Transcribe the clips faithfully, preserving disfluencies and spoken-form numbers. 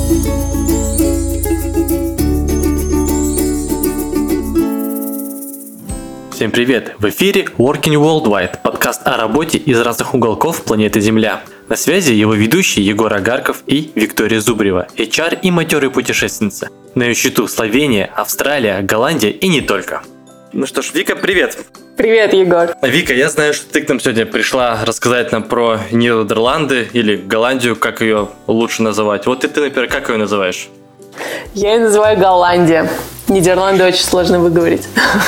Всем привет! В эфире Working Worldwide, подкаст о работе из разных уголков планеты Земля. На связи его ведущие Егор Агарков и Виктория Зубрева, эйч ар и матерая путешественница. На ее счету Словения, Австралия, Голландия и не только. Ну что ж, Вика, привет! Привет, Егор! Вика, я знаю, что ты к нам сегодня пришла рассказать нам про Нидерланды или Голландию, как ее лучше называть. Вот и ты, например, как ее называешь? Я ее называю Голландия. Нидерланды очень сложно выговорить.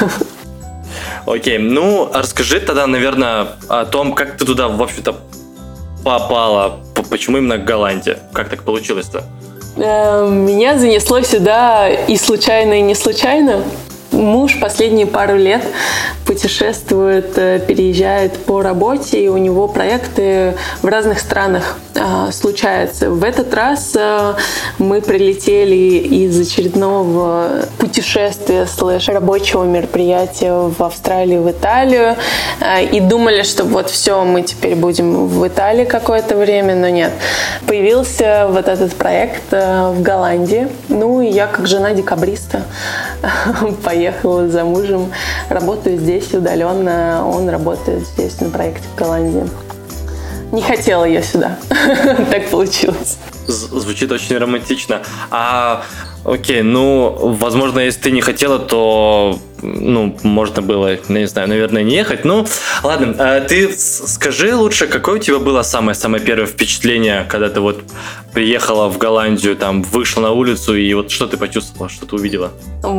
Окей, ну расскажи тогда, наверное, о том, как ты туда, в общем-то, попала, почему именно Голландия, как так получилось-то? Меня занесло сюда и случайно, и не случайно. Муж последние пару лет путешествует, переезжает по работе, и у него проекты в разных странах а, случаются. В этот раз а, мы прилетели из очередного путешествия слэш рабочего мероприятия в Австралию, в Италию, а, и думали, что вот все, мы теперь будем в Италии какое-то время, но нет. Появился вот этот проект а, в Голландии. Ну, и я, как жена декабриста, поехала. Ехала за мужем, работаю здесь удаленно, он работает здесь на проекте в Голландии. Не хотела я сюда, так получилось. Звучит очень романтично. А, окей, ну, возможно, если ты не хотела, то, ну, можно было, не знаю, наверное, не ехать. Ну, ладно, а ты скажи лучше, какое у тебя было самое-самое первое впечатление, когда ты вот приехала в Голландию, там, вышла на улицу, и вот что ты почувствовала, что ты увидела?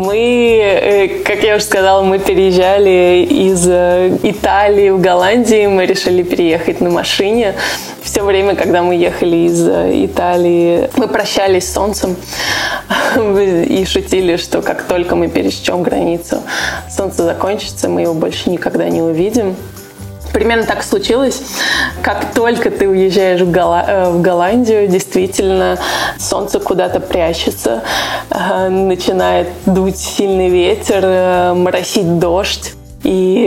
Мы, как я уже сказала, мы переезжали из Италии в Голландию, мы решили переехать на машине. Все время, когда мы ехали из Италии, мы прощались с солнцем и шутили, что как только мы пересечем границу, солнце закончится, мы его больше никогда не увидим. Примерно так случилось. Как только ты уезжаешь в, Голла- в Голландию, действительно, солнце куда-то прячется, э, начинает дуть сильный ветер, э, моросить дождь. И,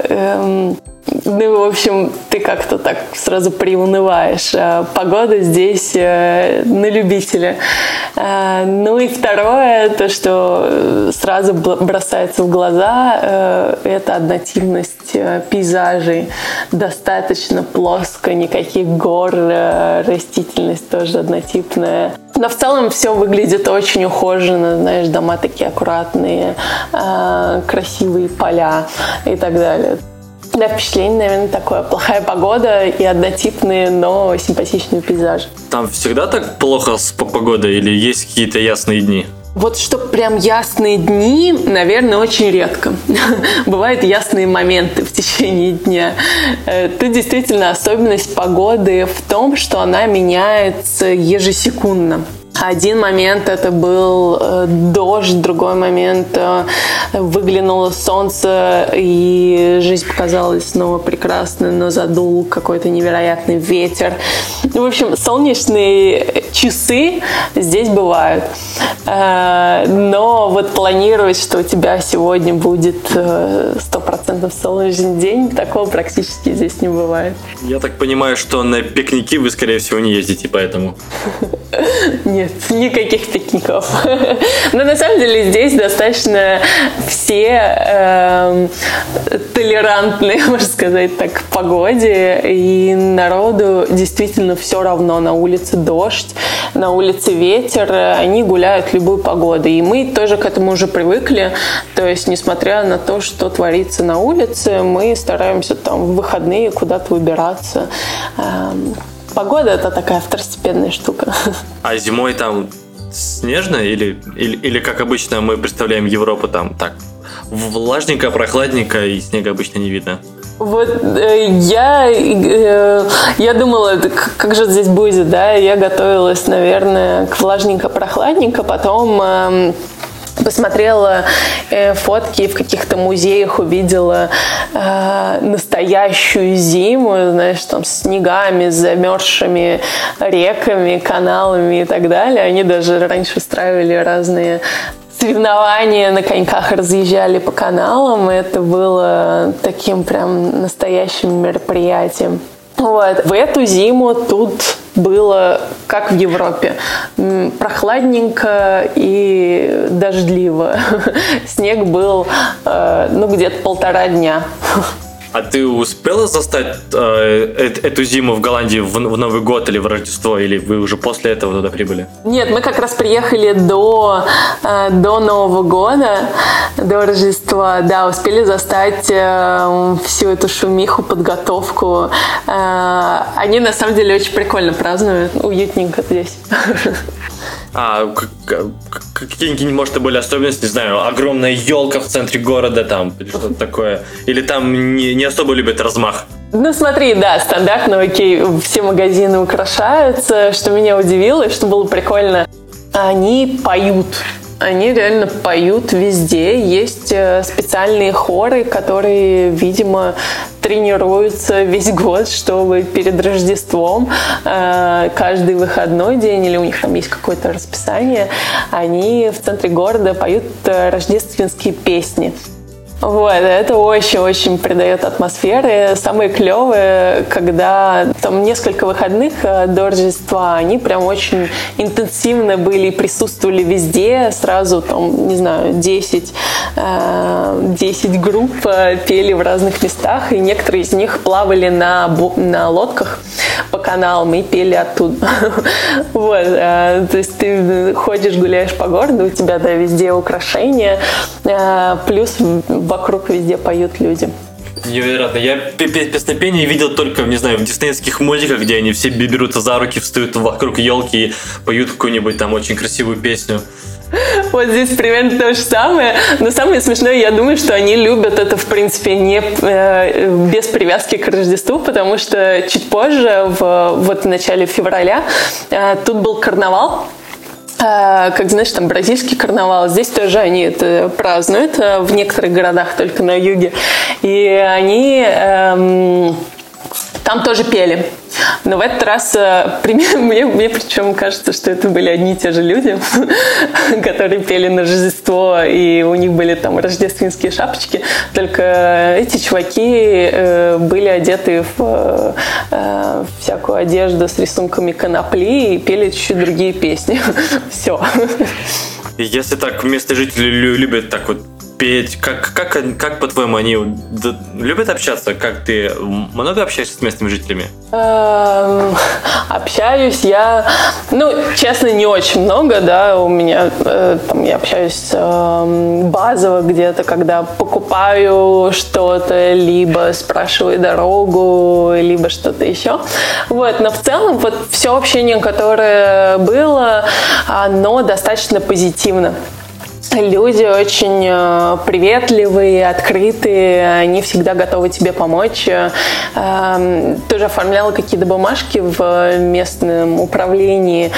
э, ну, в общем, ты как-то так сразу приунываешь. Погода здесь э, на любителя. Э, ну и второе, то, что сразу бросается в глаза, э, это однотипность э, пейзажей. Достаточно плоско, никаких гор, э, растительность тоже однотипная. Но в целом все выглядит очень ухоженно, знаешь, дома такие аккуратные, э, красивые поля и так далее. Да, впечатление, наверное, такое. Плохая погода и однотипные, но симпатичные пейзажи. Там всегда так плохо с погодой или есть какие-то ясные дни? Вот что прям ясные дни, наверное, очень редко. Бывают ясные моменты в течение дня. Тут действительно особенность погоды в том, что она меняется ежесекундно. Один момент это был э, дождь, другой момент э, выглянуло солнце, и жизнь показалась снова прекрасной, но задул какой-то невероятный ветер. В общем, солнечные часы здесь бывают. Э, но вот планировать, что у тебя сегодня будет сто процентов солнечный день, такого практически здесь не бывает. Я так понимаю, что на пикники вы, скорее всего, не ездите, поэтому... Нет, никаких пикников. Но на самом деле здесь достаточно все э, толерантные, можно сказать так, к погоде. И народу действительно все равно. На улице дождь, на улице ветер. Они гуляют в любую погоду. И мы тоже к этому уже привыкли. То есть, несмотря на то, что творится на улице, мы стараемся там в выходные куда-то выбираться. Погода – это такая второстепенная штука. А зимой там снежно или, или, или как обычно мы представляем Европу, там так влажненько, прохладненько и снега обычно не видно? Вот э, я, э, я думала, как же здесь будет, да, я готовилась, наверное, к влажненько-прохладненько, потом... Э, Посмотрела э, фотки в каких-то музеях, увидела э, настоящую зиму, знаешь, там с снегами, с замерзшими реками, каналами и так далее. Они даже раньше устраивали разные соревнования на коньках, разъезжали по каналам. И это было таким прям настоящим мероприятием. Вот. В эту зиму тут было как в Европе. Прохладненько и дождливо. Снег был, ну, где-то полтора дня. А ты успела застать э, эту зиму в Голландии в, в Новый год или в Рождество, или вы уже после этого туда прибыли? Нет, мы как раз приехали до, э, до Нового года, до Рождества, да, успели застать э, всю эту шумиху, подготовку. Э, они на самом деле очень прикольно празднуют, уютненько здесь. А какие-нибудь, может, были особенности, не знаю, огромная елка в центре города там, или что-то такое? Или там не, не особо любят размах? Ну смотри, да, стандартно, окей, все магазины украшаются. Что меня удивило и что было прикольно, они поют. Они реально поют везде. Есть специальные хоры, которые, видимо, тренируются весь год, чтобы перед Рождеством каждый выходной день, или у них там есть какое-то расписание, они в центре города поют рождественские песни. Вот, это очень-очень придает атмосферы. Самые клевые, когда там несколько выходных до Рождества, они прям очень интенсивно были и присутствовали везде. Сразу там, не знаю, десять, десять групп пели в разных местах, и некоторые из них плавали на, на лодках по каналам и пели оттуда. Вот, то есть ты ходишь, гуляешь по городу, у тебя, да, везде украшения, плюс вокруг везде поют люди. Невероятно. Я песнопение видел только, не знаю, в диснеевских мультиках, где они все берутся за руки, встают вокруг елки и поют какую-нибудь там очень красивую песню. Вот здесь примерно то же самое. Но самое смешное, я думаю, что они любят это, в принципе, не э, без привязки к Рождеству, потому что чуть позже, в, вот в начале февраля, э, тут был карнавал. Как, знаешь, там бразильский карнавал. Здесь тоже они это празднуют в некоторых городах, только на юге. И они эм, там тоже пели. Но в этот раз мне, мне причем кажется, что это были одни и те же люди, которые пели на Рождество, и у них были там рождественские шапочки. Только эти чуваки э, были одеты в э, всякую одежду с рисунками конопли и пели чуть-чуть другие песни. Все. Если так местные жители любят так вот петь, как, как, как по-твоему, они любят общаться? Как ты много общаешься с местными жителями? Эм, общаюсь я, ну, честно, не очень много, да, у меня, э, там, я общаюсь э, базово где-то, когда покупаю что-то, либо спрашиваю дорогу, либо что-то еще. Вот, но в целом, вот, все общение, которое было, оно достаточно позитивно. Люди очень приветливые, открытые, они всегда готовы тебе помочь. Тоже оформляла какие-то бумажки в местном управлении.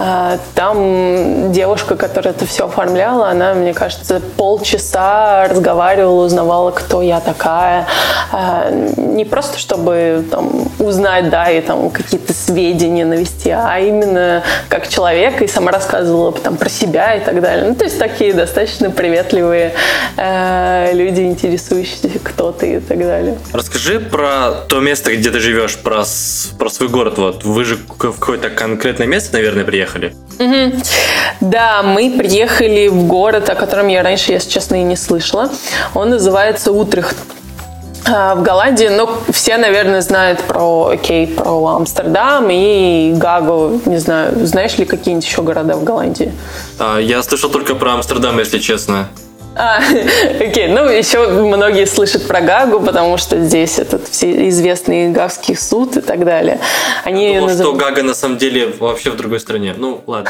Там девушка, которая это все оформляла, она, мне кажется, полчаса разговаривала, узнавала, кто я такая. Не просто чтобы там, узнать, да, и там какие-то сведения навести, а именно как человек, и сама рассказывала там, про себя и так далее. Ну, то есть такие достаточно приветливые э, люди, интересующиеся, кто ты и так далее. Расскажи про то место, где ты живешь, про, про свой город. Вот. Вы же в какое-то конкретное место, наверное, приехали? Угу. Да, мы приехали в город, о котором я раньше, если честно, и не слышала. Он называется Утрехт. В Голландии, ну, все, наверное, знают про, окей, про Амстердам и Гаагу. Не знаю, знаешь ли какие-нибудь еще города в Голландии? А, я слышал только про Амстердам, если честно. А, окей, ну еще многие слышат про Гаагу, потому что здесь этот известный Гаагский суд и так далее. Они я думал, назов... что Гага на самом деле вообще в другой стране. Ну, ладно.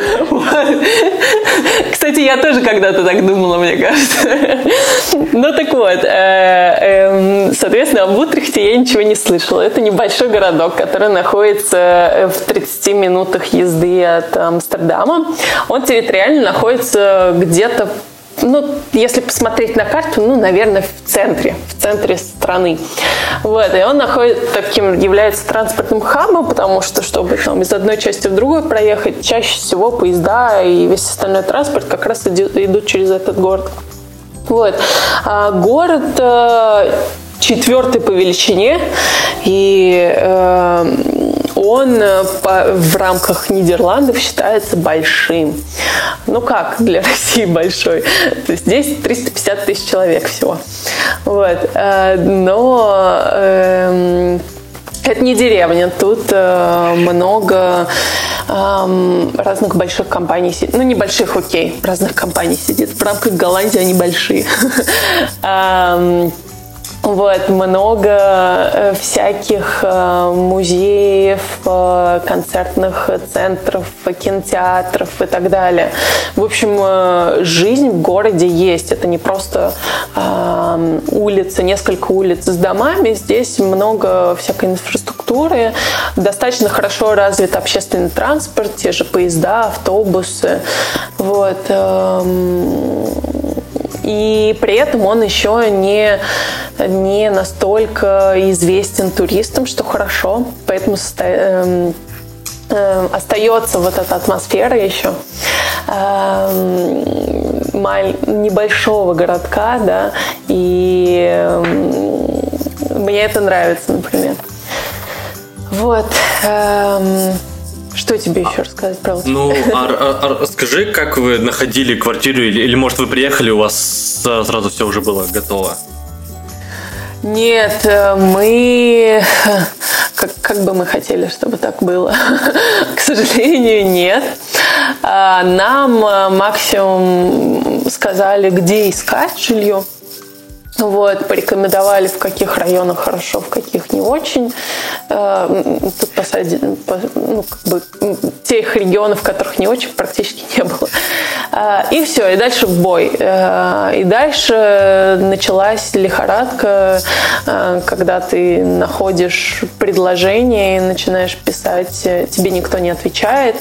Кстати, я тоже когда-то так думала, мне кажется. Ну так вот, соответственно, об Утрехте я ничего не слышала. Это небольшой городок, который находится в тридцати минутах езды от Амстердама. Он территориально находится где-то, ну, если посмотреть на карту, ну, наверное, в центре, в центре страны. Вот, и он находится, таким является транспортным хабом, потому что, чтобы там из одной части в другую проехать, чаще всего поезда и весь остальной транспорт как раз идут, идут через этот город. Вот. А город э, четвертый по величине, и э, он по, в рамках Нидерландов считается большим. Ну как для России большой? То есть здесь триста пятьдесят тысяч человек всего. Вот. Но э, это не деревня. Тут э, много э, разных больших компаний сидит. Ну, небольших, окей, разных компаний сидит. В рамках Голландии они большие. Вот, много всяких музеев, концертных центров, кинотеатров и так далее. В общем, жизнь в городе есть. Это не просто э, улицы, несколько улиц с домами. Здесь много всякой инфраструктуры. Достаточно хорошо развит общественный транспорт, те же поезда, автобусы. Вот. И при этом он еще не, не настолько известен туристам, что хорошо. Поэтому состо... э, э, остается вот эта атмосфера еще э, маль... небольшого городка, да, и э, мне это нравится, например. Вот. Э, Что тебе еще рассказать про Латвию? Ну, а, а, а скажи, как вы находили квартиру, или, или, может, вы приехали, у вас сразу все уже было готово? Нет, мы... Как, как бы мы хотели, чтобы так было. К сожалению, нет. Нам максимум сказали, где искать жилье. Вот, порекомендовали, в каких районах хорошо, в каких не очень. Тут посадили, ну, как бы, тех регионов, в которых не очень, практически не было. И все, и дальше в бой. И дальше началась лихорадка, когда ты находишь предложение и начинаешь писать, тебе никто не отвечает.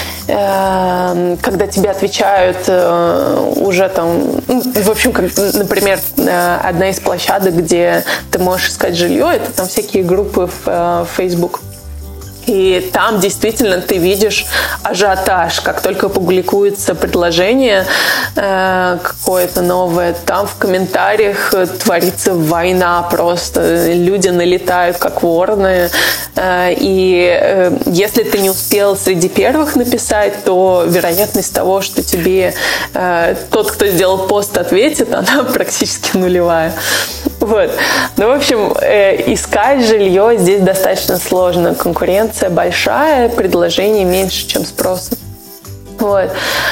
Когда тебе отвечают уже там, в общем, как, например, одна из площадок, где ты можешь искать жилье, это там всякие группы в Facebook. И там действительно ты видишь ажиотаж. Как только публикуется предложение э, какое-то новое, там в комментариях творится война просто. Люди налетают как вороны. Э, и э, если ты не успел среди первых написать, то вероятность того, что тебе э, тот, кто сделал пост, ответит, она практически нулевая. Вот. Ну, в общем, э, искать жилье здесь достаточно сложно. Конкуренция большая, предложений меньше, чем спроса. Вот.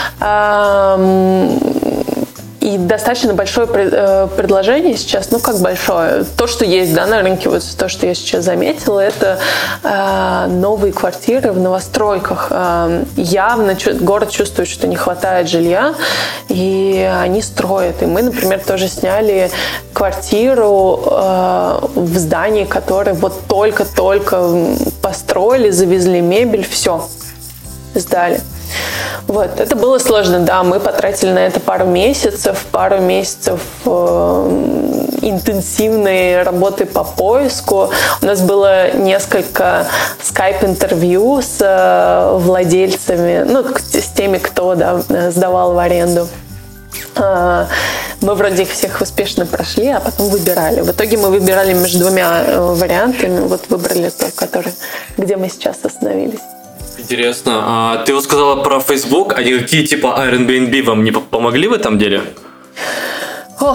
И достаточно большое предложение сейчас, ну как большое, то, что есть, да, на рынке, вот то, что я сейчас заметила, это э, новые квартиры в новостройках. Э, явно чу- город чувствует, что не хватает жилья, и они строят. И мы, например, тоже сняли квартиру э, в здании, которое вот только-только построили, завезли мебель, все, сдали. Вот, это было сложно, да, мы потратили на это пару месяцев, пару месяцев э, интенсивной работы по поиску. У нас было несколько скайп-интервью с э, владельцами, ну, с теми, кто, да, сдавал в аренду. Э, мы вроде их всех успешно прошли, а потом выбирали. В итоге мы выбирали между двумя вариантами, вот выбрали тот, который, где мы сейчас остановились. Интересно. А ты вот сказала про Facebook, а какие типа Airbnb вам не помогли в этом деле? Ох,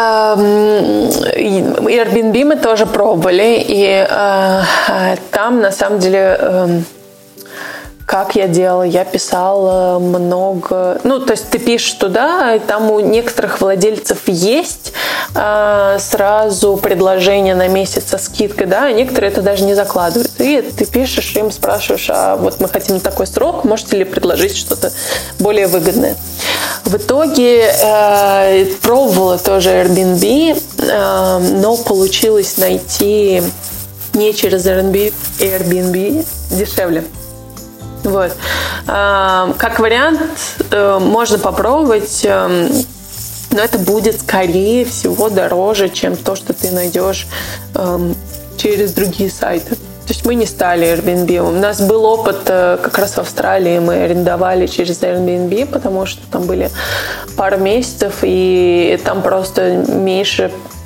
Airbnb мы тоже пробовали, и там на самом деле... Как я делала? Я писала много... Ну, то есть ты пишешь туда, и там у некоторых владельцев есть э, сразу предложение на месяц со скидкой, да, а некоторые это даже не закладывают. И ты пишешь им, спрашиваешь, а вот мы хотим такой срок, можете ли предложить что-то более выгодное? В итоге э, пробовала тоже Airbnb, э, но получилось найти не через Airbnb, Airbnb дешевле. Вот. Как вариант, можно попробовать, но это будет, скорее всего, дороже, чем то, что ты найдешь через другие сайты. То есть мы не стали Airbnb. У нас был опыт как раз в Австралии. Мы арендовали через Airbnb, потому что там были пару месяцев, и там просто меньше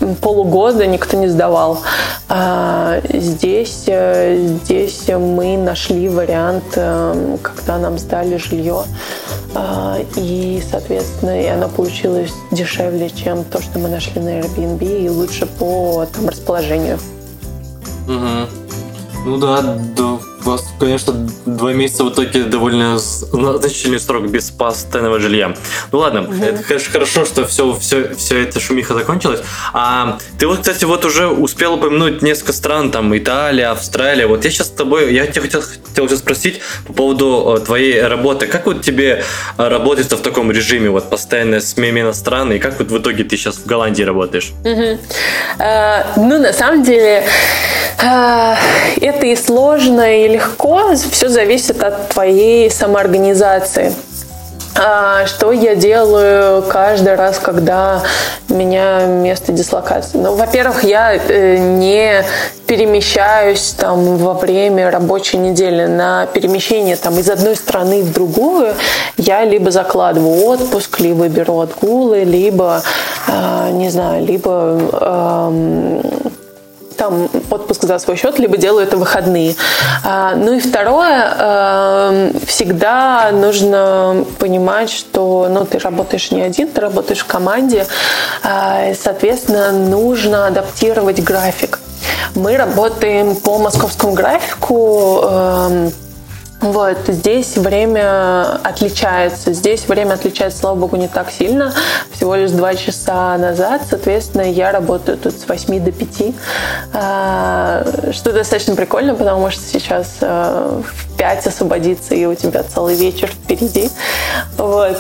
полугода никто не сдавал. А здесь, здесь мы нашли вариант, когда нам сдали жилье, и, соответственно, и оно получилось дешевле, чем то, что мы нашли на Airbnb, и лучше по там, расположению. Угу. Ну да, да, у вас, конечно, два месяца в итоге довольно значительный срок без постоянного жилья. Ну ладно, угу. Это, конечно, хорошо, что все, все, все эта шумиха закончилась. А ты вот, кстати, вот уже успел упомянуть несколько стран, там Италия, Австралия. Вот я сейчас с тобой, я тебя хотел, хотел сейчас спросить по поводу твоей работы. Как вот тебе работать в таком режиме, вот постоянная смена стран, и как вот в итоге ты сейчас в Голландии работаешь? Угу. А, ну, на самом деле, а, это и сложно, и легко, все зависит от твоей самоорганизации. Что я делаю каждый раз, когда меняю место дислокации? Ну, во-первых, я не перемещаюсь там во время рабочей недели. На перемещение там из одной страны в другую я либо закладываю отпуск, либо беру отгулы, либо, не знаю, либо там отпуск за свой счет, либо делаю это в выходные. А, ну и второе, э, всегда нужно понимать, что ну, ты работаешь не один, ты работаешь в команде, э, соответственно, нужно адаптировать график. Мы работаем по московскому графику, э, Вот, здесь время отличается. Здесь время отличается, слава богу, не так сильно. Всего лишь два часа назад. Соответственно, я работаю тут с восьми до пяти. Что достаточно прикольно, потому что сейчас в пять освободиться, и у тебя целый вечер впереди. Вот.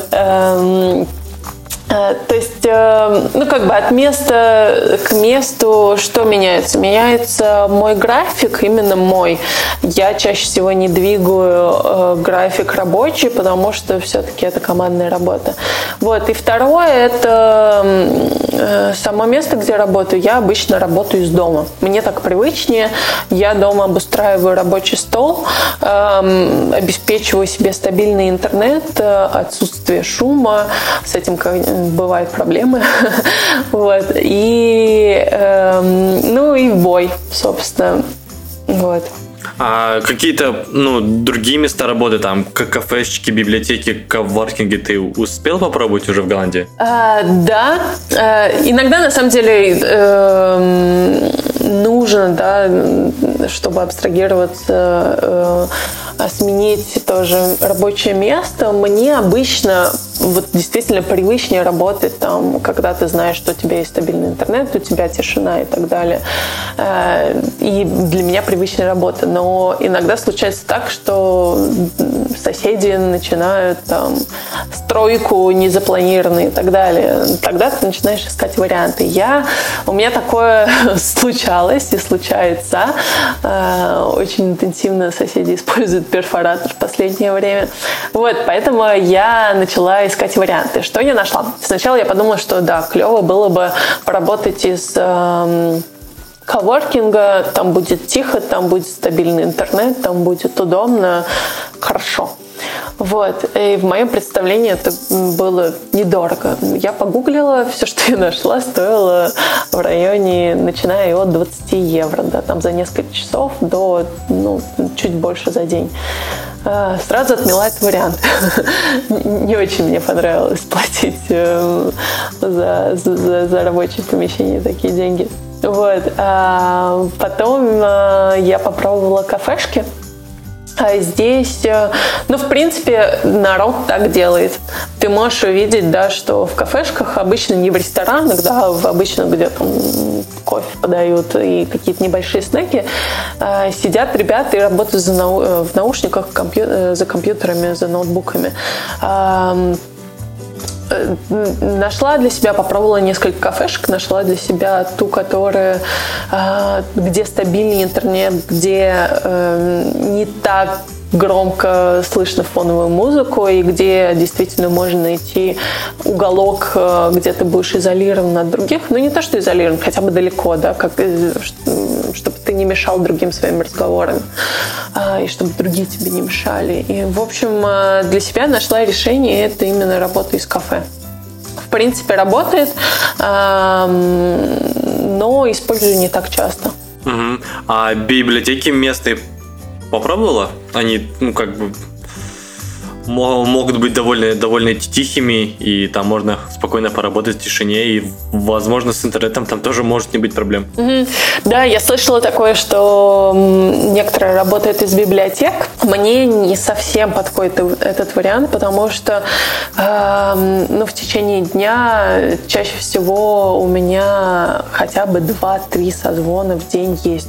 То есть, ну, как бы от места к месту что меняется? Меняется мой график, именно мой. Я чаще всего не двигаю график рабочий, потому что все-таки это командная работа. Вот. И второе, это само место, где работаю. Я обычно работаю из дома. Мне так привычнее. Я дома обустраиваю рабочий стол, обеспечиваю себе стабильный интернет, отсутствие шума. С этим бывают проблемы. Вот. И, э, ну, и в бой, собственно. Вот. А какие-то, ну, другие места работы, там, как кафешечки, библиотеки, коворкинги ты успел попробовать уже в Голландии? А, да. А, иногда, на самом деле, э, нужно, да, чтобы абстрагироваться, э, сменить тоже рабочее место. Мне обычно вот действительно привычнее работать там, когда ты знаешь, что у тебя есть стабильный интернет, у тебя тишина и так далее. И для меня привычная работа. Но иногда случается так, что соседи начинают там стройку незапланированную и так далее. Тогда ты начинаешь искать варианты. Я, у меня такое случалось и случается. Очень интенсивно соседи используют перфоратор в последнее время. Вот, поэтому я начала искать варианты. Что я нашла? Сначала я подумала, что да, клево было бы поработать из э, коворкинга, там будет тихо, там будет стабильный интернет, там будет удобно, хорошо. Вот. И в моем представлении это было недорого. Я погуглила, все, что я нашла, стоило в районе, начиная от двадцати евро, да, там за несколько часов до, ну, чуть больше за день. Сразу отмела этот вариант. Не очень мне понравилось платить за, за, за рабочее помещение такие деньги. Вот. А потом я попробовала кафешки. А здесь, ну, в принципе, народ так делает. Ты можешь увидеть, да, что в кафешках, обычно не в ресторанах, да, а обычно где там кофе подают и какие-то небольшие снеки, сидят ребята и работают за нау- в наушниках компью- за компьютерами, за ноутбуками. Нашла для себя, попробовала несколько кафешек, нашла для себя ту, которая, где стабильный интернет, где не так громко слышно фоновую музыку, и где действительно можно найти уголок, где ты будешь изолирован от других. Ну, не то, что изолирован, хотя бы далеко, да, как, чтобы ты не мешал другим своим разговорам, и чтобы другие тебе не мешали. И, в общем, для себя нашла решение, это именно работа из кафе. В принципе, работает. но использую не так часто. Угу. А библиотеки местные попробовала? Они, ну, как бы могут быть довольно, довольно тихими, и там можно спокойно поработать в тишине, и, возможно, с интернетом там тоже может не быть проблем. Mm-hmm. Да, я слышала такое, что некоторые работают из библиотек. Мне не совсем подходит этот вариант, потому что э, ну, в течение дня чаще всего у меня хотя бы два-три созвона в день есть.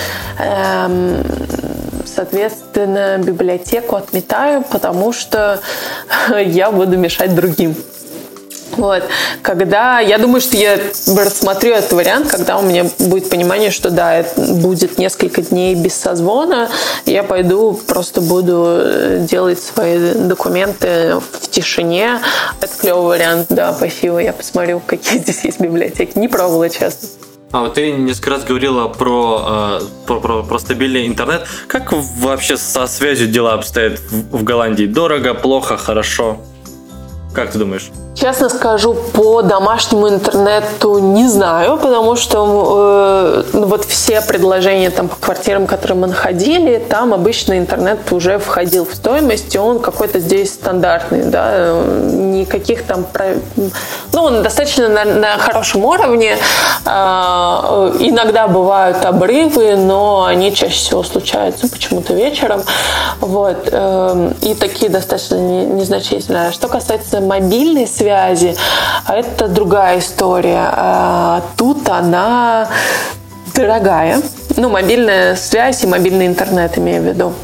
Эм, соответственно, библиотеку отметаю, потому что я буду мешать другим. Вот. Когда, я думаю, что я рассмотрю этот вариант, когда у меня будет понимание, что да, это будет несколько дней без созвона, я пойду, просто буду делать свои документы в тишине. Это клевый вариант, да, спасибо. Я посмотрю, какие здесь есть библиотеки. Не пробовала, честно. А вот ты несколько раз говорила про, про, про, про стабильный интернет. Как вообще со связью дела обстоят в, в Голландии? Дорого, плохо, хорошо? Как ты думаешь? Честно скажу, по домашнему интернету не знаю, потому что э, вот все предложения там, по квартирам, которые мы находили, там обычно интернет уже входил в стоимость, и он какой-то здесь стандартный, да, никаких там... Ну, он достаточно на, на хорошем уровне, э, иногда бывают обрывы, но они чаще всего случаются почему-то вечером, вот, э, и такие достаточно незначительные. Что касается мобильной связи, связи. А это другая история. А тут она дорогая. Ну, мобильная связь и мобильный интернет, имею в виду.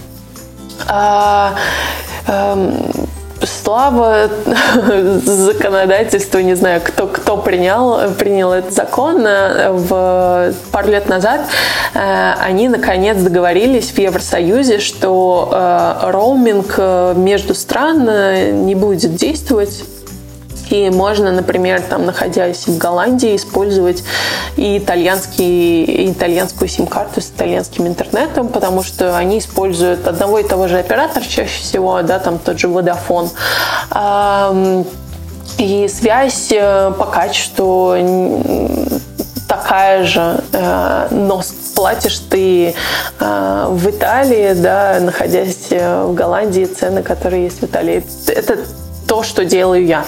А, а, слава законодательству, не знаю, кто, кто принял, принял этот закон. В, пару лет назад они наконец договорились в Евросоюзе, что роуминг между стран не будет действовать. И можно, например, там, находясь в Голландии, использовать и, итальянский, и итальянскую сим-карту с итальянским интернетом, потому что они используют одного и того же оператора чаще всего, да, там тот же Vodafone. И связь по качеству такая же, но платишь ты в Италии, да, находясь в Голландии, цены, которые есть в Италии. Это то, что делаю я.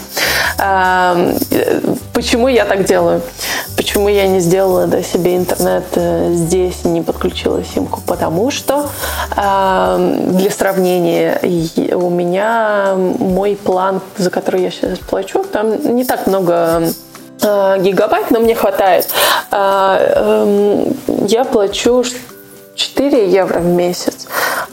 Почему я так делаю? Почему я не сделала да, себе интернет здесь, не подключила симку? Потому что, для сравнения, у меня мой план, за который я сейчас плачу, там не так много гигабайт, но мне хватает. Я плачу четыре евро в месяц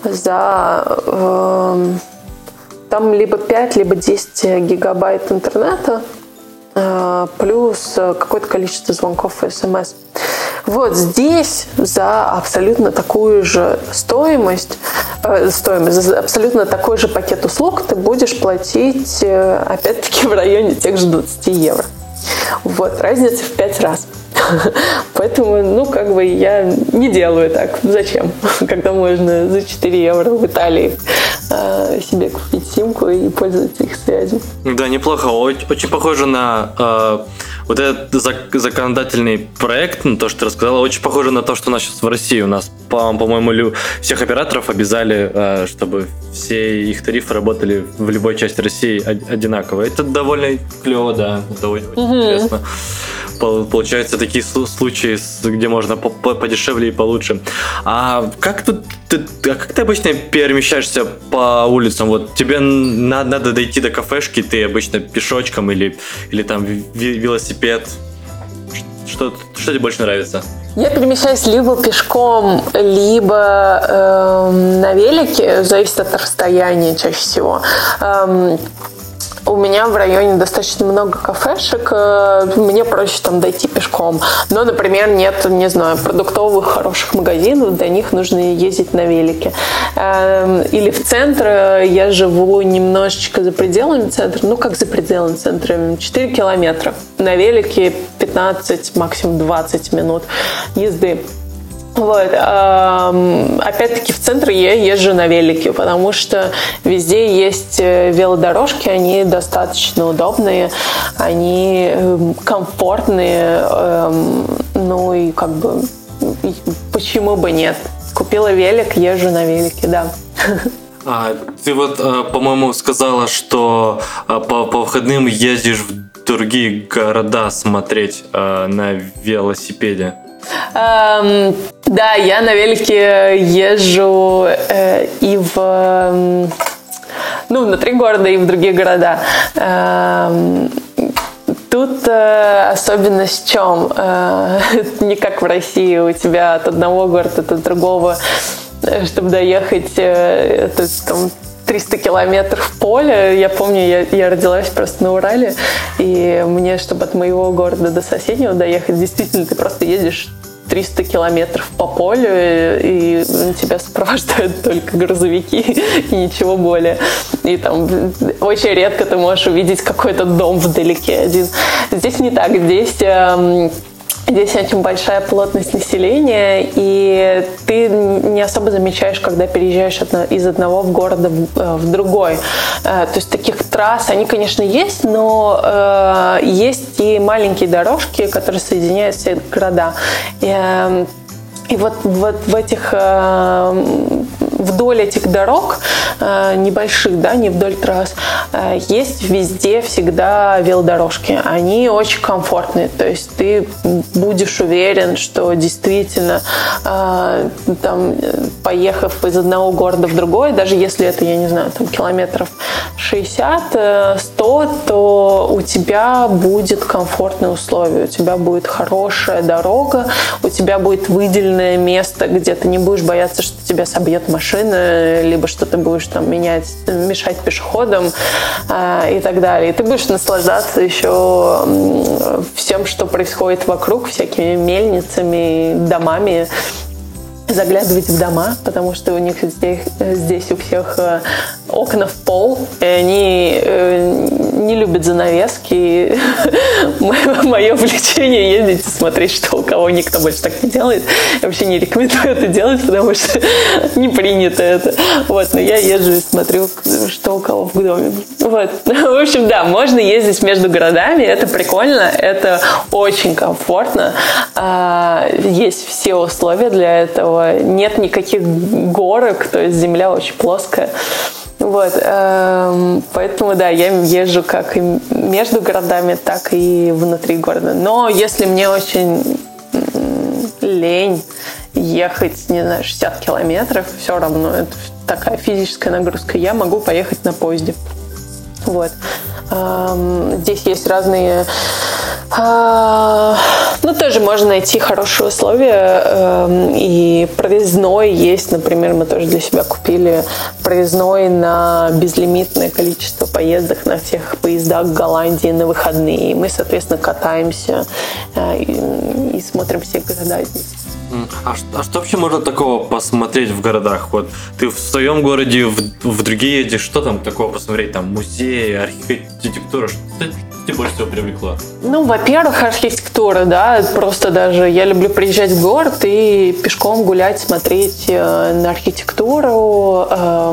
за... Там либо пять, либо десять гигабайт интернета, плюс какое-то количество звонков и смс. Вот здесь за абсолютно такую же стоимость, э, стоимость, за абсолютно такой же пакет услуг ты будешь платить, э, опять-таки, в районе тех же двадцать евро. Вот, разница в пять раз. Поэтому, ну, как бы я не делаю так. Зачем? Когда можно за четыре евро в Италии э, себе купить симку и пользоваться их связью. Да, неплохо. Очень, очень похоже на э, вот этот зак- законодательный проект, ну, то, что ты рассказала, очень похоже на то, что у нас сейчас в России. У нас, по- по-моему, лю- всех операторов обязали, э, чтобы все их тарифы работали в любой части России одинаково. Это довольно клево, да. Это очень угу. интересно. Получаются такие случаи, где можно подешевле и получше. А как ты, ты, а как ты обычно перемещаешься по улицам? Вот тебе надо, надо дойти до кафешки, ты обычно пешочком или, или там велосипед? Что, что тебе больше нравится? Я перемещаюсь либо пешком, либо э, на велике, зависит от расстояния чаще всего. Э, У меня в районе достаточно много кафешек, мне проще там дойти пешком. Но, например, нет, не знаю, продуктовых хороших магазинов, до них нужно ездить на велике. Или в центр, я живу немножечко за пределами центра, ну как за пределами центра, четыре километра. На велике пятнадцать, максимум двадцать минут езды. Вот. Опять-таки в центре я езжу на велике, потому что везде есть велодорожки, они достаточно удобные, они комфортные, ну и как бы почему бы нет? Купила велик, езжу на велике, да. А, ты вот, по-моему, сказала, что по, по выходным ездишь в другие города смотреть на велосипеде. Эм, да, я на велике езжу э, и в, э, ну, внутри города, и в другие города. Эм, тут э, особенность в чем? Э, не как в России, у тебя от одного города до другого, чтобы доехать, э, это там триста километров в поле. Я помню, я, я родилась просто на Урале, и мне, чтобы от моего города до соседнего доехать, действительно, ты просто едешь триста километров по полю, и, и тебя сопровождают только грузовики и ничего более. И там очень редко ты можешь увидеть какой-то дом вдалеке один. Здесь не так. Здесь... Эм, Здесь очень большая плотность населения, и ты не особо замечаешь, когда переезжаешь из одного города в другой. То есть таких трасс, они, конечно, есть, но есть и маленькие дорожки, которые соединяют все города. И, и вот, вот в этих... Вдоль этих дорог э, небольших, да, не вдоль трасс, э, есть везде всегда велодорожки. Они очень комфортные, то есть ты будешь уверен, что действительно, э, там, поехав из одного города в другой, даже если это, я не знаю, там, километров шестьдесят-сто, то у тебя будет комфортные условия, у тебя будет хорошая дорога, у тебя будет выделенное место, где ты не будешь бояться, что тебя собьет машина, либо что ты будешь там менять, мешать пешеходам э, и так далее. И ты будешь наслаждаться еще э, всем, что происходит вокруг, всякими мельницами, домами, заглядывать в дома, потому что у них здесь, здесь у всех э, окна в пол, и они э, не любят занавески. Мое увлечение ездить и смотреть, что у кого никто больше так не делает. Я вообще не рекомендую это делать, потому что не принято это. Вот, но я езжу и смотрю, что у кого в доме. Вот. В общем, да, можно ездить между городами, это прикольно, это очень комфортно. Есть все условия для этого. Нет никаких горок, то есть земля очень плоская. Вот, эм, поэтому, да, я езжу как и между городами, так и внутри города. Но если мне очень м- лень ехать, не знаю, шестьдесят километров, все равно, это такая физическая нагрузка, я могу поехать на поезде. Вот. Эм, здесь есть разные... А, ну, тоже можно найти хорошие условия. Э, и проездной есть, например, мы тоже для себя купили проездной на безлимитное количество поездок на всех поездах в Голландии на выходные. И мы, соответственно, катаемся э, и, и смотрим все города здесь. А, а что вообще можно такого посмотреть в городах? Вот ты в своем городе, в, в другие едешь, что там такого посмотреть? Там музеи, архитектура, что тебя больше всего привлекло? Ну, во-первых, архитектура, да, просто даже я люблю приезжать в город и пешком гулять, смотреть э, на архитектуру,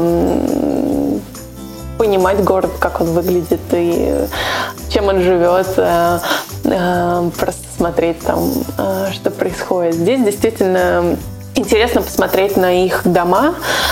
э, понимать город, как он выглядит и чем он живет, э, э, просто смотреть там, э, что происходит. Здесь действительно интересно посмотреть на их дома.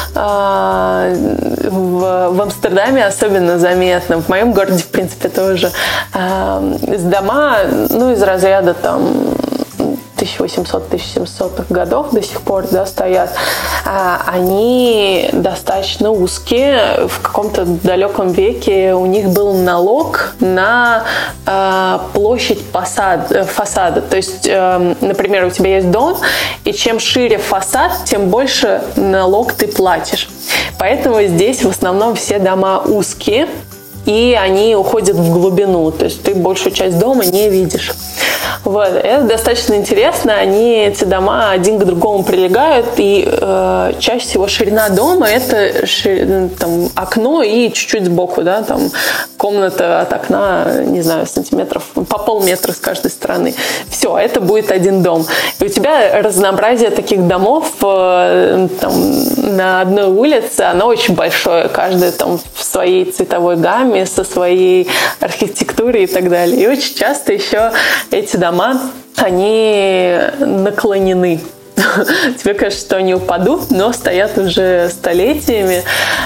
В, в Амстердаме особенно заметно. В моем городе, в принципе, тоже. Дома, ну, из разряда там тысяча восемьсот - тысяча семисотых годов до сих пор, да, стоят. Они достаточно узкие. В каком-то далеком веке у них был налог на площадь фасад, фасада. То есть, например, у тебя есть дом, и чем шире фасад, тем больше налог ты платишь. Поэтому здесь в основном все дома узкие, и они уходят в глубину. То есть ты большую часть дома не видишь. Вот. Это достаточно интересно. Они, эти дома, один к другому прилегают, и э, чаще всего ширина дома – это ши, там, окно и чуть-чуть сбоку, да, там комната от окна, не знаю, сантиметров, по полметра с каждой стороны. Все, это будет один дом. И у тебя разнообразие таких домов там, на одной улице, оно очень большое. Каждый там в своей цветовой гамме, со своей архитектурой и так далее. И очень часто еще эти дома, они наклонены. Тебе кажется, что они упадут, но стоят уже столетиями.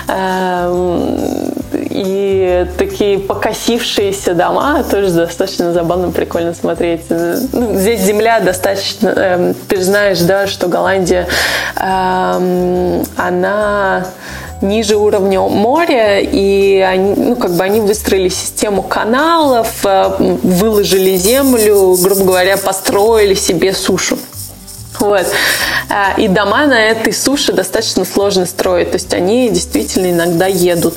И такие покосившиеся дома тоже достаточно забавно, прикольно смотреть. Ну, здесь земля достаточно... Ты же знаешь, да, что Голландия, она ниже уровня моря, и они, ну, как бы они выстроили систему каналов, выложили землю, грубо говоря, построили себе сушу. Вот. И дома на этой суше достаточно сложно строить, то есть они действительно иногда едут.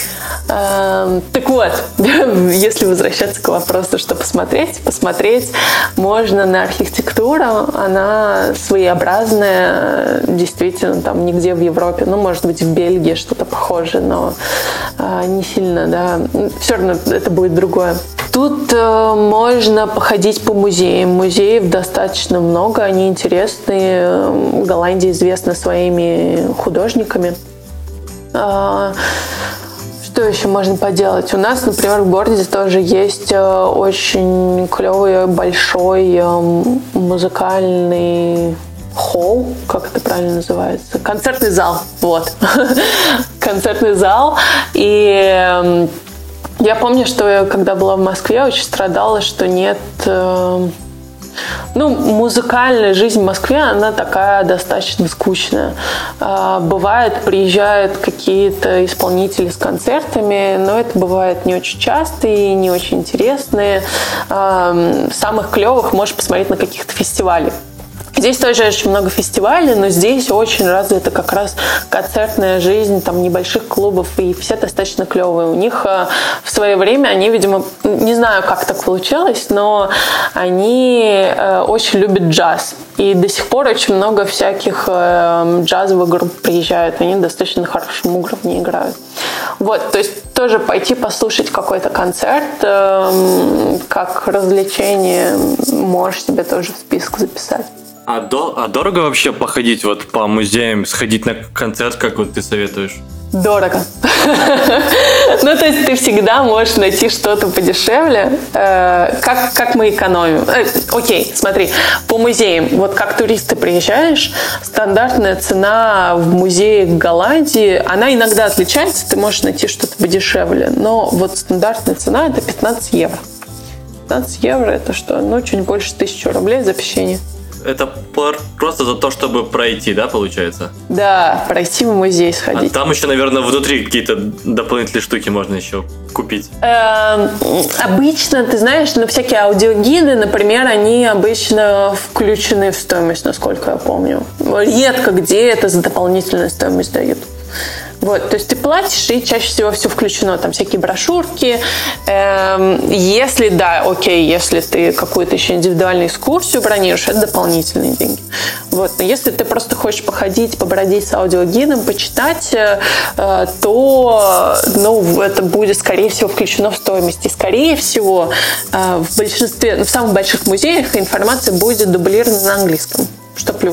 Так вот, если возвращаться к вопросу, что посмотреть, посмотреть можно на архитектуру, она своеобразная, действительно, там нигде в Европе, ну, может быть, в Бельгии что-то похожее, но не сильно, да, все равно это будет другое. Тут э, можно походить по музеям. Музеев достаточно много, они интересные. Голландия известна своими художниками. Э, что еще можно поделать? У нас, например, в городе тоже есть э, очень клевый, большой э, музыкальный холл, как это правильно называется? Концертный зал. Вот. Концертный зал. И я помню, что я, когда была в Москве, очень страдала, что нет... Э, ну, музыкальная жизнь в Москве, она такая достаточно скучная. Э, бывает, приезжают какие-то исполнители с концертами, но это бывает не очень часто и не очень интересные. Э, самых клевых можешь посмотреть на каких-то фестивалях. Здесь тоже очень много фестивалей, но здесь очень развита как раз концертная жизнь там небольших клубов, и все достаточно клевые. У них э, в свое время, они, видимо, не знаю, как так получилось, но они э, очень любят джаз. И до сих пор очень много всяких э, джазовых групп приезжают, они достаточно на хорошем уровне играют. Вот, то есть тоже пойти послушать какой-то концерт, э, как развлечение, можешь себе тоже в список записать. А, до, а дорого вообще походить вот по музеям, сходить на концерт, как вот ты советуешь? Дорого. Ну, то есть ты всегда можешь найти что-то подешевле. Как, как мы экономим? Окей, смотри, по музеям. Вот как туристы приезжаешь, стандартная цена в музее в Голландии, она иногда отличается, ты можешь найти что-то подешевле. Но вот стандартная цена – это пятнадцать евро. пятнадцать евро – это что? Ну, чуть больше тысячи рублей за посещение. Это просто за то, чтобы пройти, да, получается? Да, пройти в музей сходить. А там еще, наверное, внутри какие-то дополнительные штуки можно еще купить. Эм, обычно, ты знаешь, ну, всякие аудиогиды, например, они обычно включены в стоимость, насколько я помню. Редко где это за дополнительную стоимость дают. Вот, то есть ты платишь, и чаще всего все включено, там всякие брошюрки. Эм, если, да, окей, если ты какую-то еще индивидуальную экскурсию бронируешь, это дополнительные деньги. Вот, но если ты просто хочешь походить, побродить с аудиогидом, почитать, э, то, ну, это будет, скорее всего, включено в стоимость. И, скорее всего, э, в большинстве, ну, в самых больших музеях информация будет дублирована на английском, что плюс.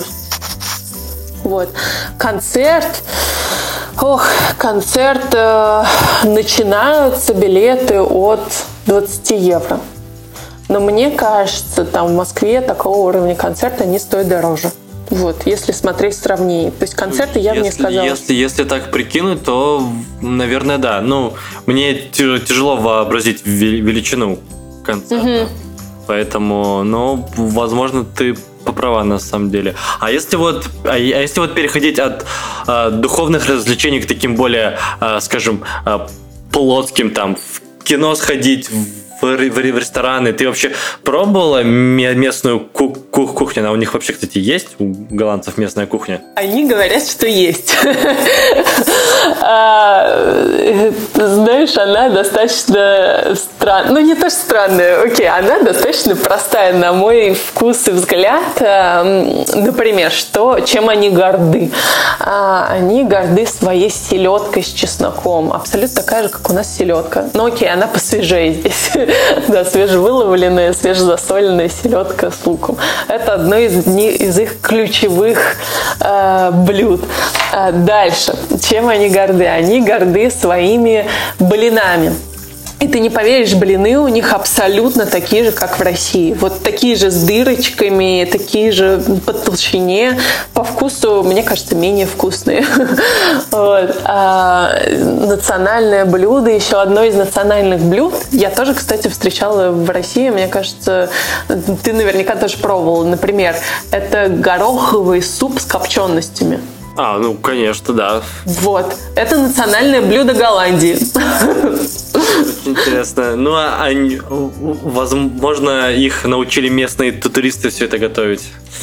Вот, концерт. Ох, концерт, э, начинаются билеты от двадцать евро. Но мне кажется, там в Москве такого уровня концерта не стоит дороже. Вот, если смотреть сравнение. То есть концерты я бы не сказала. Если, если так прикинуть, то, наверное, да. Ну, мне тяжело вообразить величину концерта. Угу. Поэтому, ну, возможно, ты права на самом деле. А если вот, а если вот переходить от э, духовных развлечений к таким более, э, скажем, э, плотским, там, в кино сходить, в, в, в рестораны, ты вообще пробовала местную ку- ку- кухню? Она у них вообще, кстати, есть? У голландцев местная кухня? Они говорят, что есть. А, знаешь, она достаточно странная. Ну, не то, что странная, окей, она достаточно простая, на мой вкус и взгляд. Например, что, чем они горды? Они горды своей селедкой с чесноком. Абсолютно такая же, как у нас селедка. Но окей, она посвежее здесь. Да, свежевыловленная, свежезасоленная селедка с луком. Это одно из, из их ключевых э, блюд. А дальше. Чем они горды? Они горды своими блинами. И ты не поверишь, блины у них абсолютно такие же, как в России. Вот такие же с дырочками, такие же по толщине. По вкусу, мне кажется, менее вкусные. Вот. А национальное блюдо, еще одно из национальных блюд. Я тоже, кстати, встречала в России. Мне кажется, ты наверняка тоже пробовала. Например, это гороховый суп с копченостями. А, ну, конечно, да. Вот. Это национальное блюдо Голландии. Очень интересно. Ну, а они, возможно, их научили местные туристы все это готовить.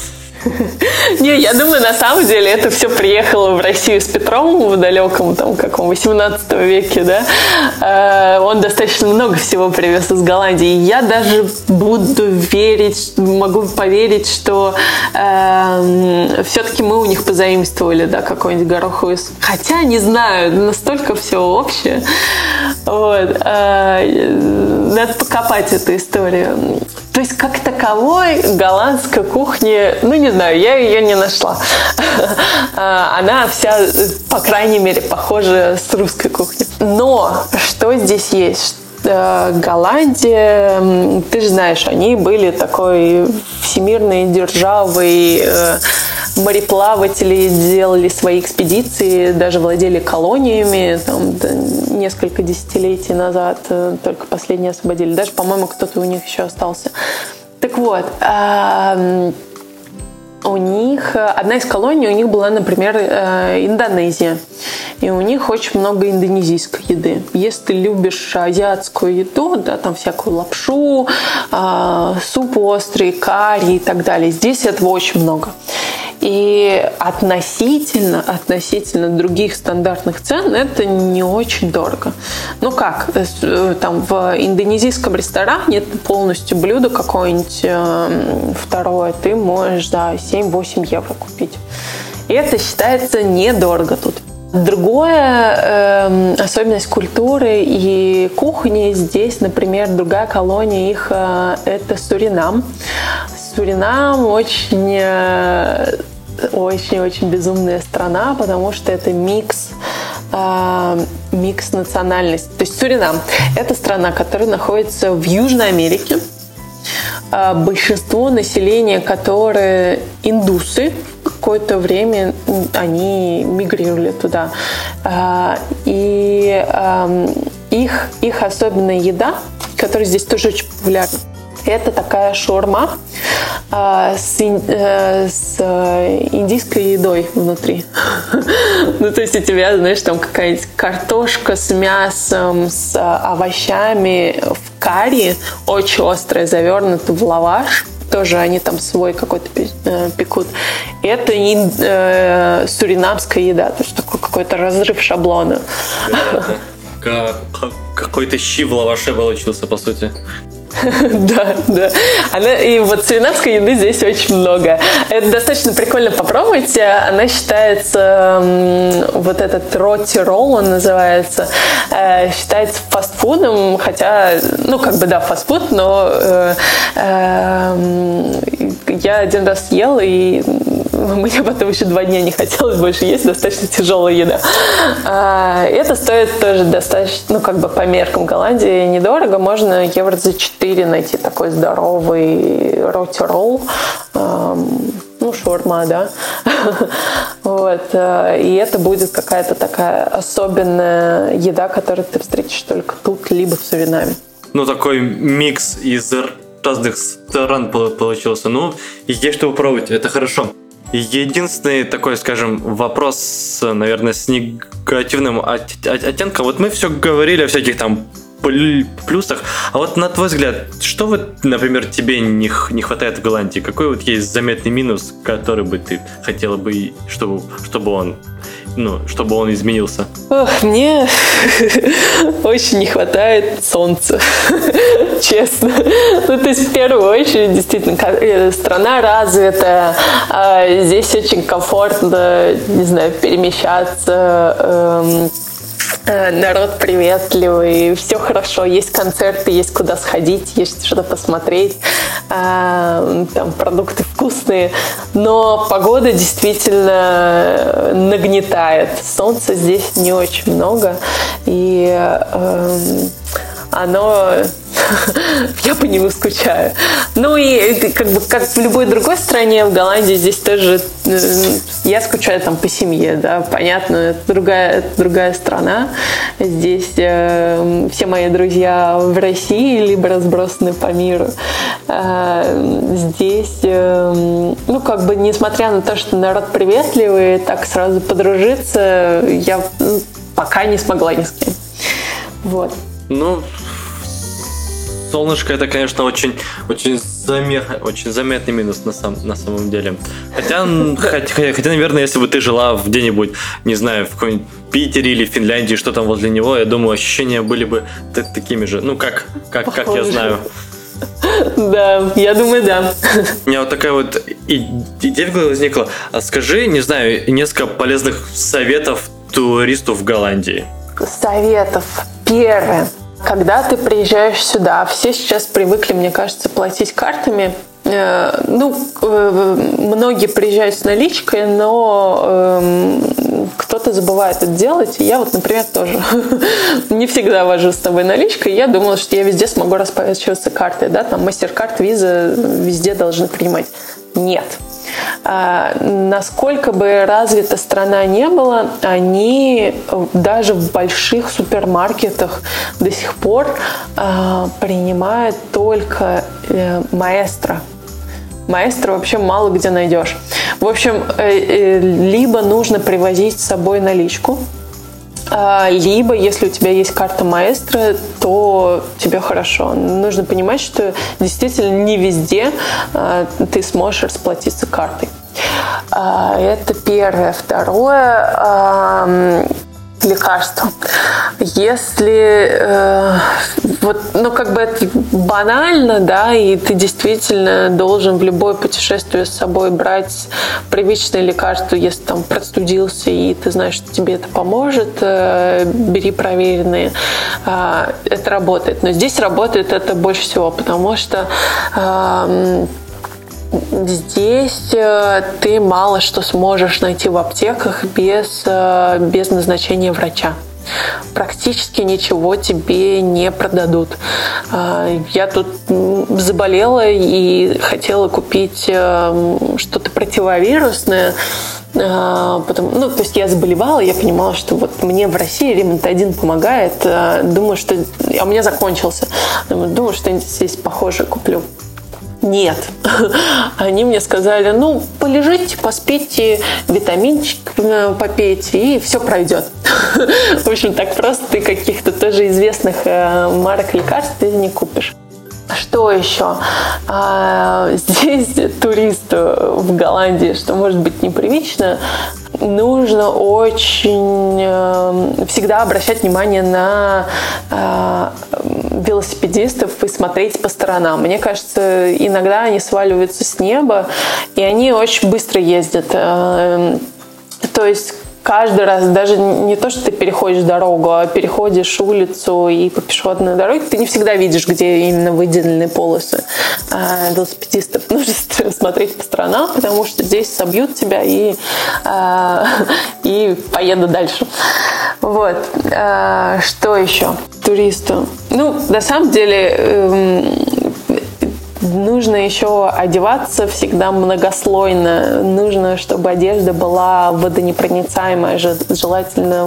Не, я думаю, на самом деле это все приехало в Россию с Петром в далеком, там, каком, восемнадцатом веке, да. Он достаточно много всего привез из Голландии. И я даже буду верить, могу поверить, что э, все-таки мы у них позаимствовали, да, какой-нибудь гороховый суп. Хотя, не знаю, настолько все общее. Вот. Надо покопать эту историю. То есть, как таковой голландской кухни, ну, не знаю, я ее не нашла. Она вся, по крайней мере, похожа с русской кухней. Но что здесь есть? Голландия, ты же знаешь, они были такой всемирной державой, мореплаватели делали свои экспедиции, даже владели колониями, там, да, несколько десятилетий назад, только последние освободили. Даже, по-моему, кто-то у них еще остался. Так вот, у них, одна из колоний у них была, например, Индонезия. И у них очень много индонезийской еды. Если ты любишь азиатскую еду, да, там всякую лапшу, суп острый, карри и так далее, здесь этого очень много. И относительно, относительно других стандартных цен это не очень дорого. Ну как, там в индонезийском ресторане полностью блюдо какое-нибудь э, второе ты можешь за семь-восемь евро купить. И это считается недорого тут. Другое, э, особенность культуры и кухни здесь, например, другая колония их, э, это Суринам. Суринам очень... Э, очень-очень безумная страна, потому что это микс, э, микс национальностей. То есть Суринам – это страна, которая находится в Южной Америке. Э, большинство населения, которые индусы, какое-то время они мигрировали туда. Э, и э, их, их особенная еда, которая здесь тоже очень популярна, это такая шаурма э, с, э, с индийской едой внутри. Ну, то есть у тебя, знаешь, там какая-нибудь картошка с мясом, с овощами в карри, очень острая, завернута в лаваш. Тоже они там свой какой-то э, пекут. Это и, э, суринамская еда, то есть такой какой-то разрыв шаблона. Какой-то щи в лаваше получился, по сути. Да, да. Она, и вот суринамской еды здесь очень много. Это достаточно прикольно попробовать. Она считается, вот этот роти ролл, он называется, считается фастфудом, хотя, ну, как бы, да, фастфуд, но э, э, я один раз ела, и мне потом еще два дня не хотелось больше есть, достаточно тяжелая еда. Это стоит тоже достаточно, ну, как бы по меркам Голландии недорого, можно евро за четыре найти такой здоровый роти-ролл, ну, шаурма, да. Вот. И это будет какая-то такая особенная еда, которую ты встретишь только тут, либо в Суринаме. Ну, такой микс из разных стран получился. Ну, есть что попробовать, это хорошо. Единственный такой, скажем, вопрос, наверное, с негативным оттенком. Вот мы все говорили о всяких там плюсах, а вот на твой взгляд, что вот, например, тебе не, не хватает в Голландии? Какой вот есть заметный минус, который бы ты хотела бы, чтобы, чтобы он ну, чтобы он изменился? Ох, мне очень не хватает солнца, честно. Ну, то есть, в первую очередь, действительно, страна развитая, здесь очень комфортно, не знаю, перемещаться, народ приветливый, все хорошо, есть концерты, есть куда сходить, есть что-то посмотреть, там продукты вкусные, но погода действительно нагнетает, солнца здесь не очень много, и э, оно... я по нему скучаю. Ну и как бы как в любой другой стране, в Голландии здесь тоже я скучаю там по семье, да, понятно, это другая, это другая страна. Здесь э, все мои друзья в России либо разбросаны по миру. Э, здесь, э, ну как бы несмотря на то, что народ приветливый, так сразу подружиться я ну, пока не смогла ни с кем. Вот. Ну, солнышко это, конечно, очень, очень, замет, очень заметный минус на, сам, на самом деле. Хотя, хотя, хотя, наверное, если бы ты жила где-нибудь, не знаю, в каком-нибудь Питере или Финляндии, что там возле него, я думаю, ощущения были бы такими же. Ну, как, как, как я знаю. Да, я думаю, да. У меня вот такая вот идея в голове возникла. А скажи, не знаю, несколько полезных советов туристу в Голландии. Советов. Первое. Когда ты приезжаешь сюда, все сейчас привыкли, мне кажется, платить картами. Ну, многие приезжают с наличкой, но кто-то забывает это делать. И я вот, например, тоже не всегда вожу с тобой наличкой. Я думала, что я везде смогу расплачиваться картой. Да? Там MasterCard, Visa везде должны принимать. Нет. А, насколько бы развита страна не была, они даже в больших супермаркетах до сих пор а, принимают только э, маэстро. Маэстро вообще мало где найдешь. В общем, э, э, либо нужно привозить с собой наличку, либо, если у тебя есть карта маэстро, то тебе хорошо. Нужно понимать, что действительно не везде ты сможешь расплатиться картой. Это первое. Второе. Лекарства. Если э, вот, ну как бы это банально, да, и ты действительно должен в любое путешествие с собой брать привычные лекарства, если там простудился и ты знаешь, что тебе это поможет, э, бери проверенные. Э, это работает. Но здесь работает это больше всего, потому что э, здесь э, ты мало что сможешь найти в аптеках без, э, без назначения врача. Практически ничего тебе не продадут. Э, я тут заболела и хотела купить э, что-то противовирусное. Э, потому, ну, то есть я заболевала, я понимала, что вот мне в России ремонтадин помогает. Э, думаю, что... А у меня закончился. Думаю, думаю, что-нибудь здесь похожее куплю. Нет. Они мне сказали, ну, полежите, поспите, витаминчик попейте, и все пройдет. В общем, так просто ты каких-то тоже известных марок лекарств ты не купишь. Что еще? Здесь туристу в Голландии, что может быть непривычно, нужно очень всегда обращать внимание на велосипедистов и смотреть по сторонам. Мне кажется, иногда они сваливаются с неба, и они очень быстро ездят. То есть каждый раз, даже не то, что ты переходишь дорогу, а переходишь улицу и по пешеходной дороге, ты не всегда видишь, где именно выделены полосы а, велосипедистов. Нужно смотреть по сторонам, потому что здесь собьют тебя и, а, и поеду дальше. Вот. А, что еще? Туристу. Ну, на самом деле... Эм, нужно еще одеваться всегда многослойно. Нужно, чтобы одежда была водонепроницаемая, желательно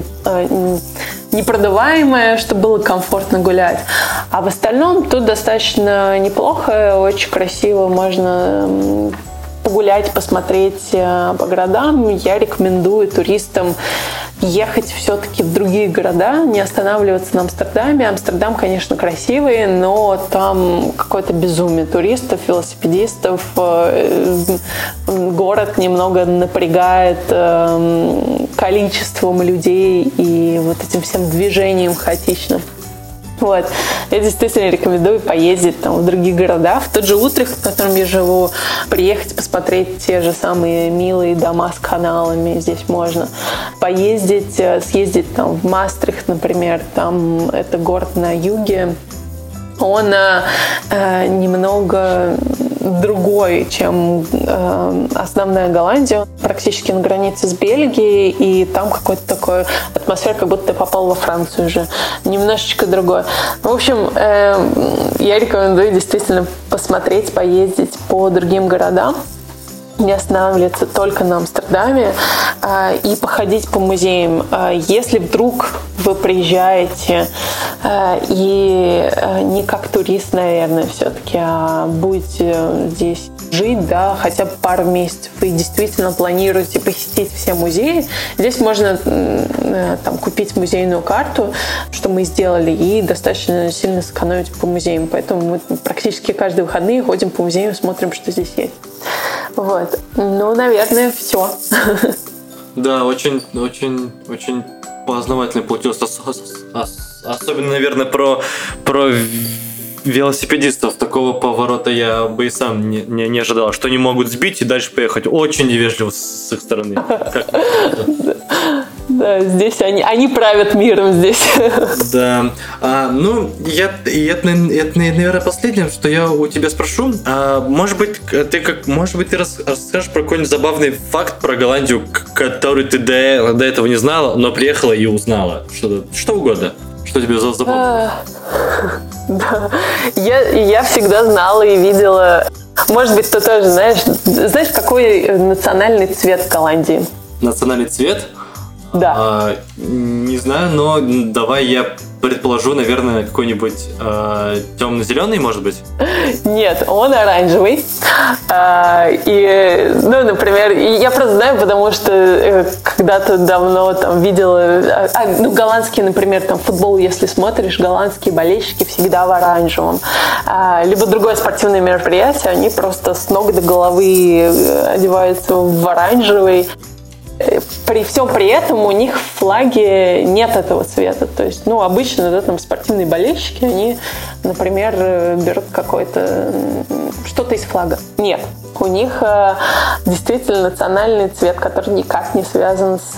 водонепродуваемая, чтобы было комфортно гулять. А в остальном тут достаточно неплохо, очень красиво, можно погулять, посмотреть по городам. Я рекомендую туристам ехать все-таки в другие города, не останавливаться на Амстердаме. Амстердам, конечно, красивый, но там какое-то безумие туристов, велосипедистов. город немного напрягает э, количеством людей и вот этим всем движением хаотичным. Вот. Я действительно рекомендую поездить там, в другие города. В тот же Утрехт, в котором я живу, приехать, посмотреть те же самые милые дома с каналами. Здесь можно поездить, съездить там, в Мастрихт, например. Там это город на юге. Он э, немного другой, чем э, основная Голландия. Практически на границе с Бельгией, и там какой-то такой атмосфера, как будто ты попал во Францию уже. Немножечко другой. В общем, э, я рекомендую действительно посмотреть, поездить по другим городам, не останавливаться только на Амстердаме э, и походить по музеям. Э, если вдруг вы приезжаете э, и э, не как турист, наверное, все-таки, а будете здесь жить, да, хотя бы пару месяцев, и действительно планируете посетить все музеи, здесь можно э, там, купить музейную карту, что мы сделали, и достаточно сильно сэкономить по музеям. Поэтому мы практически каждые выходные ходим по музеям, смотрим, что здесь есть. Вот. Ну, наверное, все. Да, очень, очень, очень познавательный получился. Особенно, наверное, про, про велосипедистов. Такого поворота я бы и сам не, не, не ожидал, что они могут сбить и дальше поехать. Очень невежливо с их стороны. Да, здесь они, они правят миром здесь. Да. А, ну, я, я, это, наверное, последнее, что я у тебя спрошу. А, может быть, ты как, может быть, ты расскажешь про какой-нибудь забавный факт про Голландию, который ты до, до этого не знала, но приехала и узнала. Что, что угодно. Что тебе забавно? Да. Я, я всегда знала и видела. Может быть, ты тоже знаешь, знаешь, какой национальный цвет в Голландии? Национальный цвет? Да. А, не знаю, но давай я предположу, наверное, какой-нибудь а, темно-зеленый, может быть? Нет, он оранжевый. А, и, ну, например, я просто знаю, потому что когда-то давно там видела, а, ну, голландские, например, там футбол, если смотришь, голландские болельщики всегда в оранжевом. А, либо другое спортивное мероприятие, они просто с ног до головы одеваются в оранжевый. При всем при этом у них в флаге нет этого цвета. То есть, ну, обычно, да, там спортивные болельщики, они, например, берут какой-то что-то из флага. Нет. У них э, действительно национальный цвет, который никак не связан с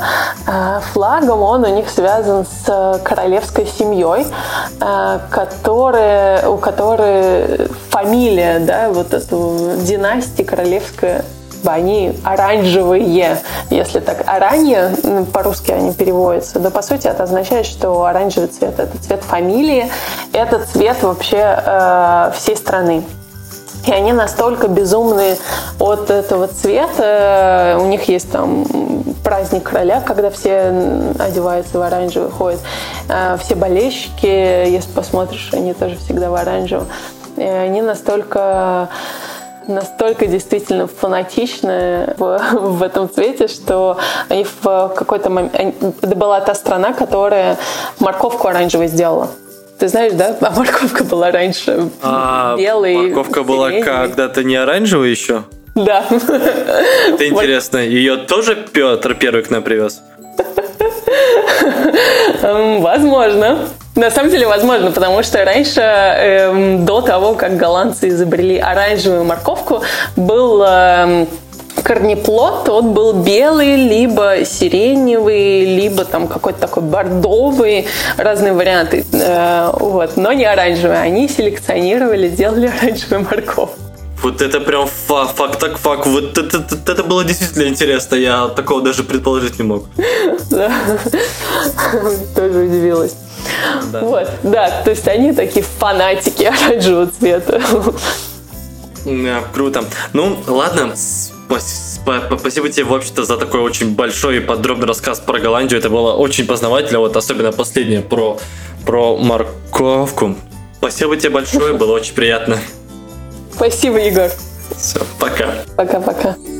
э, флагом, он у них связан с королевской семьей, э, которая, у которой фамилия, да, вот эту династии королевская, они оранжевые, если так. Оранье, по-русски они переводятся, да, по сути, это означает, что оранжевый цвет – это цвет фамилии, это цвет вообще э, всей страны. И они настолько безумные от этого цвета. У них есть там праздник короля, когда все одеваются в оранжевый, ходят. Все болельщики, если посмотришь, они тоже всегда в оранжевом. И они настолько... настолько действительно фанатичны в, в этом цвете, что они в какой-то момент... Это была та страна, которая морковку оранжевой сделала. Ты знаешь, да? А морковка была раньше а белой. Морковка была когда-то не оранжевая еще? Да. Это интересно. Ее тоже Петр Первый к нам привез? Возможно. На самом деле, возможно, потому что раньше, э, до того, как голландцы изобрели оранжевую морковку, был э, корнеплод, он был белый, либо сиреневый, либо там какой-то такой бордовый, разные варианты, э, вот, но не оранжевый. Они селекционировали, делали оранжевую морковку. Вот это прям факт, факт, так факт. Вот это, это, это было действительно интересно. Я такого даже предположить не мог. Да. Тоже удивилась. Да. Вот, да, то есть они такие фанатики оранжевого цвета. Да, круто. Ну, ладно, спасибо тебе, в общем-то, за такой очень большой и подробный рассказ про Голландию. Это было очень познавательно, вот особенно последнее про, про морковку. Спасибо тебе большое, было очень приятно. Спасибо, Егор. Все, пока. Пока-пока.